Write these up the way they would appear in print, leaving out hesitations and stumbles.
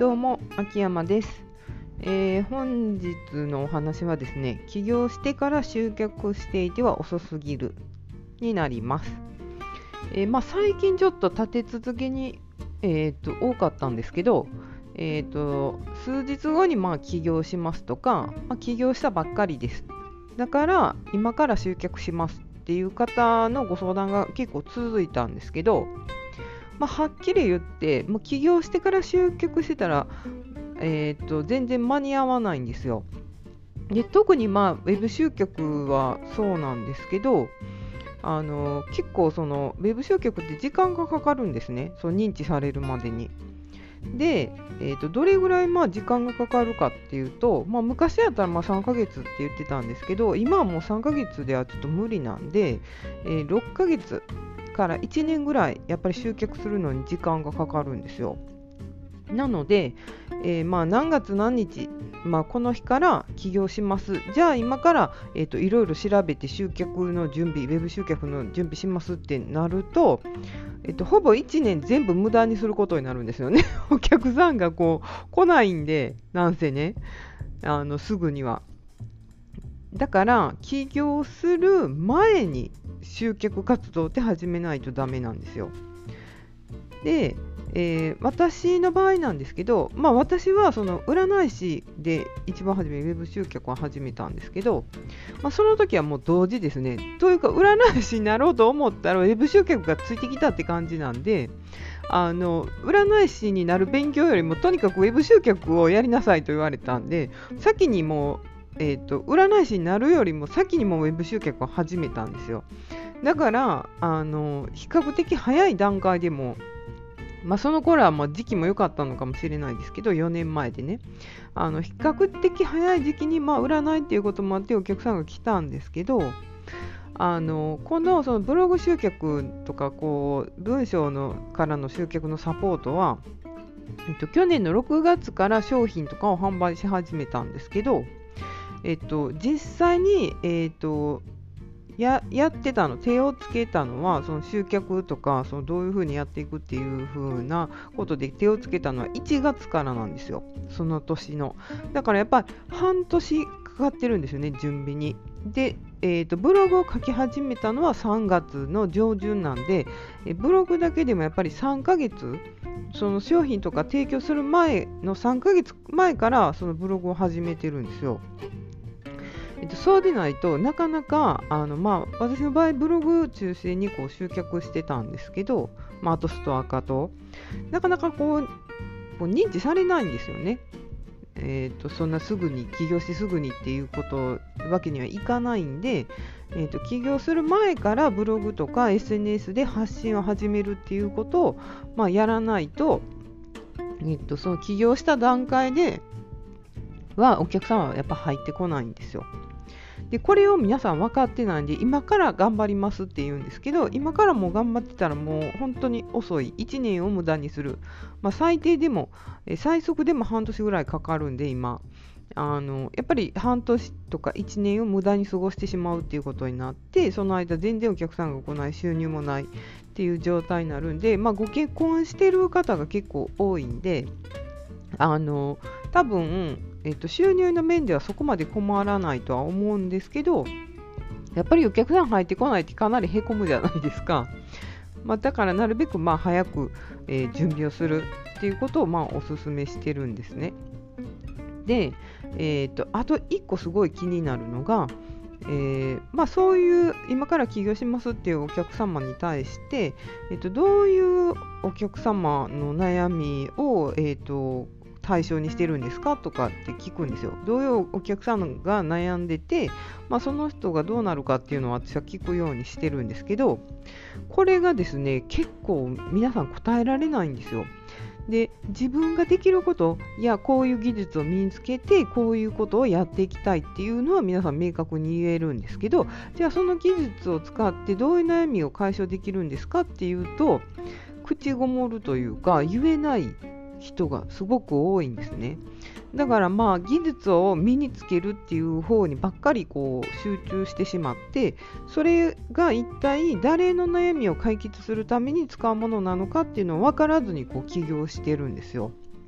どうも秋山です。本日のお話はですね、起業してから集客していては遅すぎるになります。最近ちょっと立て続けに、多かったんですけど、数日後に起業しますとか、起業したばっかりです。だから今から集客しますっていう方のご相談が結構続いたんですけど、はっきり言ってもう起業してから集客してたら、全然間に合わないんですよ。で特にウェブ集客はそうなんですけど、結構そのウェブ集客って時間がかかるんですね、そう認知されるまでに。で、どれぐらい時間がかかるかっていうと、昔やったら3ヶ月って言ってたんですけど、今はもう3ヶ月ではちょっと無理なんで、6ヶ月から1年ぐらいやっぱり集客するのに時間がかかるんですよ。なので、何月何日、この日から起業します。じゃあ今から、いろいろ調べて集客の準備、ウェブ集客の準備しますってなると、ほぼ1年全部無駄にすることになるんですよね。お客さんが来ないんで、なんせね、すぐには。だから起業する前に集客活動って始めないとダメなんですよ。で、私の場合なんですけど、私はその占い師で一番初めウェブ集客を始めたんですけど、その時はもう同時ですね。というか占い師になろうと思ったらウェブ集客がついてきたって感じなんで、占い師になる勉強よりもとにかくウェブ集客をやりなさいと言われたんで、先にもう、占い師になるよりも先にもウェブ集客を始めたんですよ。だから比較的早い段階でも、その頃は時期も良かったのかもしれないですけど、4年前でね、比較的早い時期に占いっていうこともあってお客さんが来たんですけど、そのブログ集客とか文章からの集客のサポートは、去年の6月から商品とかを販売し始めたんですけど、実際に、やってたの、手をつけたのはその集客とかどういうふうにやっていくっていうふうなことで手をつけたのは1月からなんですよ、その年の。だからやっぱり半年かかってるんですよね、準備に。で、ブログを書き始めたのは3月の上旬なんで、ブログだけでもやっぱり3ヶ月、その商品とか提供する前の3ヶ月前からそのブログを始めてるんですよ。そうでないとなかなか私の場合ブログ中心に集客してたんですけど、あとストア化となかなか認知されないんですよね。そんなすぐに起業してすぐにっていうわけにはいかないんで、起業する前からブログとか SNS で発信を始めるっていうことを、やらないと、その起業した段階ではお客さんはやっぱ入ってこないんですよ。でこれを皆さん分かってないんで、今から頑張りますって言うんですけど、今からもう頑張ってたらもう本当に遅い、1年を無駄にする、最低でも最速でも半年ぐらいかかるんで、今やっぱり半年とか1年を無駄に過ごしてしまうっていうことになって、その間全然お客さんが来ない、収入もないっていう状態になるんで、ご結婚してる方が結構多いんで、多分収入の面ではそこまで困らないとは思うんですけど、やっぱりお客さん入ってこないってかなりへこむじゃないですか。だからなるべく早く、準備をするっていうことをおすすめしてるんですね。で、あと1個すごい気になるのが、そういう今から起業しますっていうお客様に対して、どういうお客様の悩みを、対象にしてるんですかとかって聞くんですよ。どういうお客さんが悩んでて、その人がどうなるかっていうのを私は聞くようにしてるんですけど、これがですね結構皆さん答えられないんですよ。で自分ができること、こういう技術を身につけてこういうことをやっていきたいっていうのは皆さん明確に言えるんですけど、じゃあその技術を使ってどういう悩みを解消できるんですかっていうと、口ごもるというか言えない人がすごく多いんですね。だから技術を身につけるっていう方にばっかり集中してしまって、それが一体誰の悩みを解決するために使うものなのかっていうのを分からずに起業してるんですよ。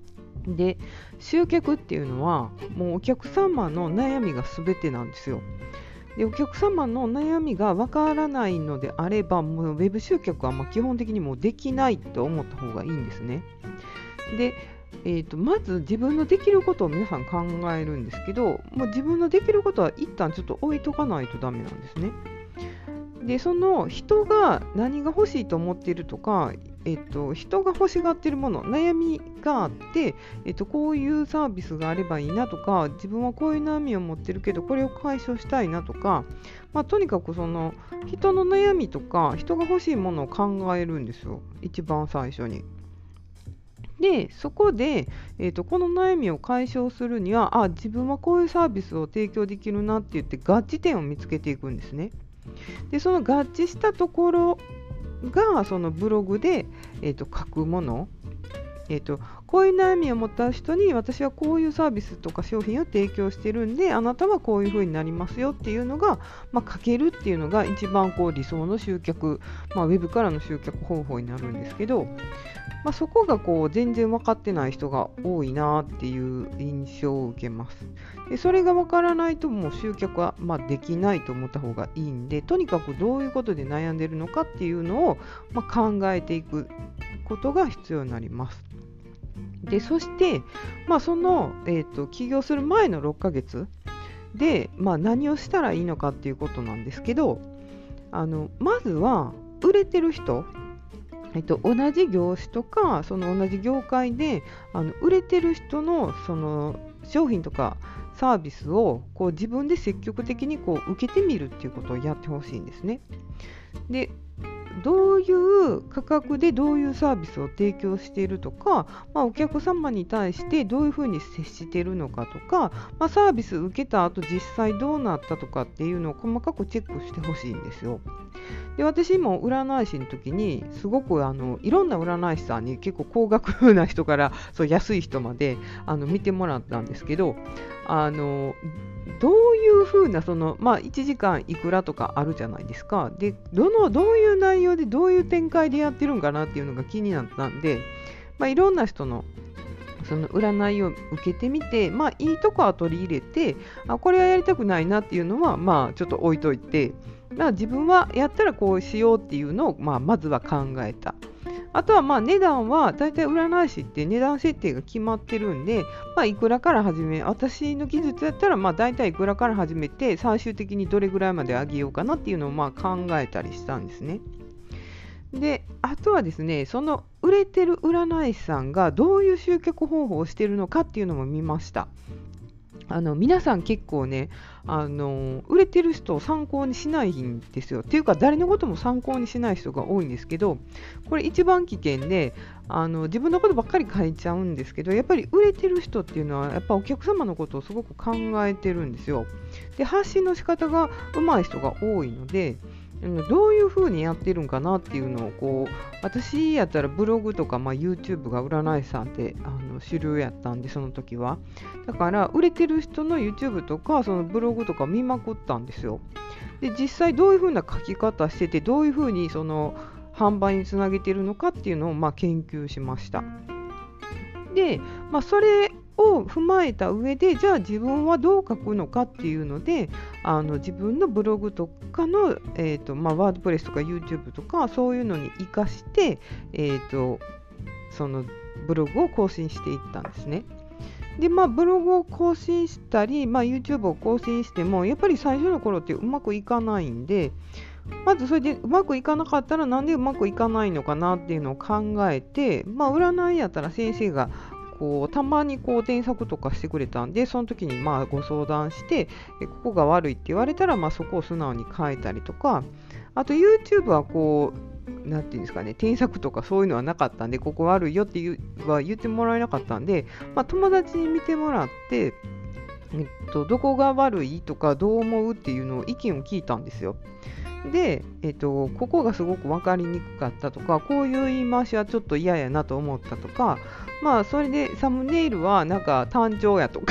で、集客っていうのはもうお客様の悩みが全てなんですよ。で、お客様の悩みがわからないのであれば、もうウェブ集客は基本的にもうできないと思った方がいいんですね。で、まず自分のできることを皆さん考えるんですけど、もう自分のできることは一旦ちょっと置いとかないとダメなんですね。で、その人が何が欲しいと思っているとか、人が欲しがっているもの、悩みがあって、こういうサービスがあればいいなとか、自分はこういう悩みを持ってるけど、これを解消したいなとか、とにかくその人の悩みとか、人が欲しいものを考えるんですよ、一番最初に。で、そこで、この悩みを解消するには、自分はこういうサービスを提供できるなって言って合致点を見つけていくんですね。で、その合致したところがそのブログで、書くもの、こういう悩みを持った人に私はこういうサービスとか商品を提供してるんで、あなたはこういう風になりますよっていうのが、書けるっていうのが一番理想の集客、ウェブからの集客方法になるんですけど、そこが全然分かってない人が多いなっていう印象を受けます。で、それが分からないともう集客はできないと思った方がいいんで、とにかくどういうことで悩んでるのかっていうのを考えていくことが必要になります。で、そして、その、起業する前の6ヶ月で、何をしたらいいのかっていうことなんですけど、まずは売れてる人、同じ業種とかその同じ業界で売れてる人のその商品とかサービスを自分で積極的に受けてみるっていうことをやってほしいんですね。で、どういう価格でどういうサービスを提供しているとか、お客様に対してどういうふうに接しているのかとか、サービス受けた後実際どうなったとかっていうのを細かくチェックしてほしいんですよ。で、私も占い師の時にすごくいろんな占い師さんに結構高額な人から安い人まで見てもらったんですけど、どういうふうな1時間いくらとかあるじゃないですか。で、どういう内容でどういう展開でやってるんかなっていうのが気になったんで、いろんな人のその占いを受けてみて、いいとこは取り入れて、これはやりたくないなっていうのはちょっと置いといて、自分はやったらこうしようっていうのをまずは考えた。あとは値段はだいたい占い師って値段設定が決まってるんで、いくらから始め、私の技術やったらだいたいいくらから始めて最終的にどれぐらいまで上げようかなっていうのを考えたりしたんですね。で、あとはですね、その売れてる占い師さんがどういう集客方法をしているのかっていうのも見ました。皆さん結構ね、売れてる人を参考にしないんですよ。っていうか誰のことも参考にしない人が多いんですけど、これ一番危険で、自分のことばっかり書いちゃうんですけど、やっぱり売れてる人っていうのはやっぱお客様のことをすごく考えてるんですよ。で、発信の仕方が上手い人が多いので、どういう風にやってるんかなっていうのを私やったらブログとか、YouTube が占い師さんって主流やったんで、その時はだから売れてる人の YouTube とかそのブログとか見まくったんですよ。で、実際どういう風な書き方してて、どういう風にその販売につなげてるのかっていうのを研究しました。で、それを踏まえた上で、じゃあ自分はどう書くのかっていうので、自分のブログとかの、ワードプレスとか YouTube とかそういうのに活かして、そのブログを更新していったんですね。で、ブログを更新したり、YouTube を更新してもやっぱり最初の頃ってうまくいかないんで、まずそれでうまくいかなかったらなんでうまくいかないのかなっていうのを考えて、占いやったら先生がたまに添削とかしてくれたんで、その時にご相談して、ここが悪いって言われたらそこを素直に変えたりとか、あと YouTube はなんていうんですかね、添削とかそういうのはなかったんで、ここ悪いよっては言ってもらえなかったんで、友達に見てもらって、どこが悪いとかどう思うっていうのを意見を聞いたんですよ。で、ここがすごく分かりにくかったとか、こういう言い回しはちょっと嫌やなと思ったとか、それでサムネイルはなんか単調やとか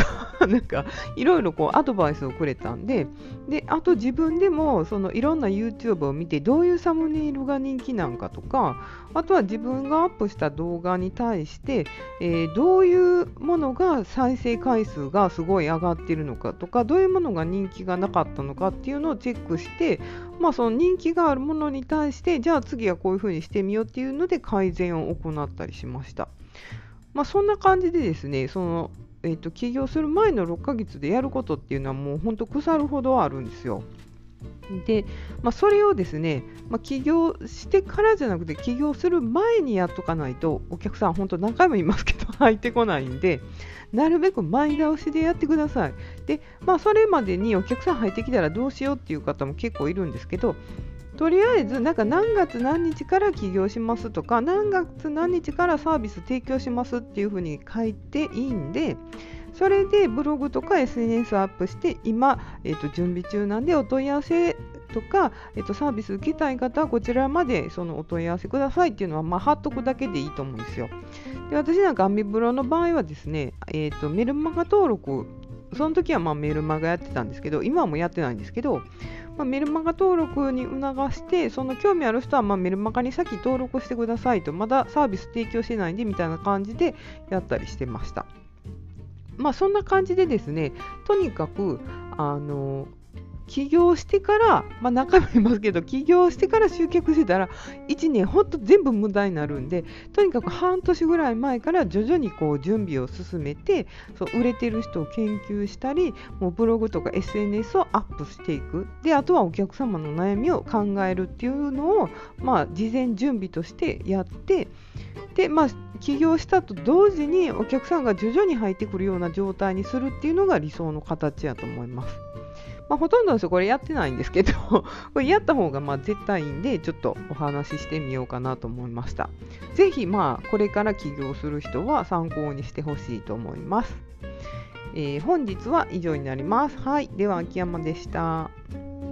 なんかいろいろアドバイスをくれたんで、あと自分でもいろんな YouTube を見てどういうサムネイルが人気なんかとか、あとは自分がアップした動画に対して、どういうものが再生回数がすごい上がっているのかとか、どういうものが人気がなかったのかっていうのをチェックして、その人気があるものに対してじゃあ次はこういうふうにしてみようっていうので改善を行ったりしました。そんな感じでですね、起業する前の6ヶ月でやることっていうのはもう本当腐るほどあるんですよ。で、それをですね、起業してからじゃなくて起業する前にやっとかないとお客さん本当何回も言いますけど入ってこないんで、なるべく前倒しでやってください。で、それまでにお客さん入ってきたらどうしようっていう方も結構いるんですけど、とりあえず何月何日から起業しますとか、何月何日からサービス提供しますっていうふうに書いていいんで、それでブログとか SNS アップして今、準備中なんでお問い合わせとか、サービス受けたい方はこちらまでそのお問い合わせくださいっていうのは貼っとくだけでいいと思うんですよ。で、私なんかアメブロの場合はですね、メルマガ登録、その時はメルマガやってたんですけど、今はもうやってないんですけど、メルマガ登録に促して、その興味ある人はメルマガに先登録してくださいと、まだサービス提供してないんでみたいな感じでやったりしてました。そんな感じでですね、とにかく起業してから、何回も言いますけど、起業してから集客してたら1年ほんと全部無駄になるんで、とにかく半年ぐらい前から徐々に準備を進めて、売れてる人を研究したり、もうブログとか SNS をアップしていく。で、あとはお客様の悩みを考えるっていうのを、事前準備としてやって、で、起業したと同時にお客さんが徐々に入ってくるような状態にするっていうのが理想の形やと思います。ほとんどの人これやってないんですけどこれやった方が絶対いいんで、ちょっとお話ししてみようかなと思いました。ぜひこれから起業する人は参考にしてほしいと思います。本日は以上になります。はい、では秋山でした。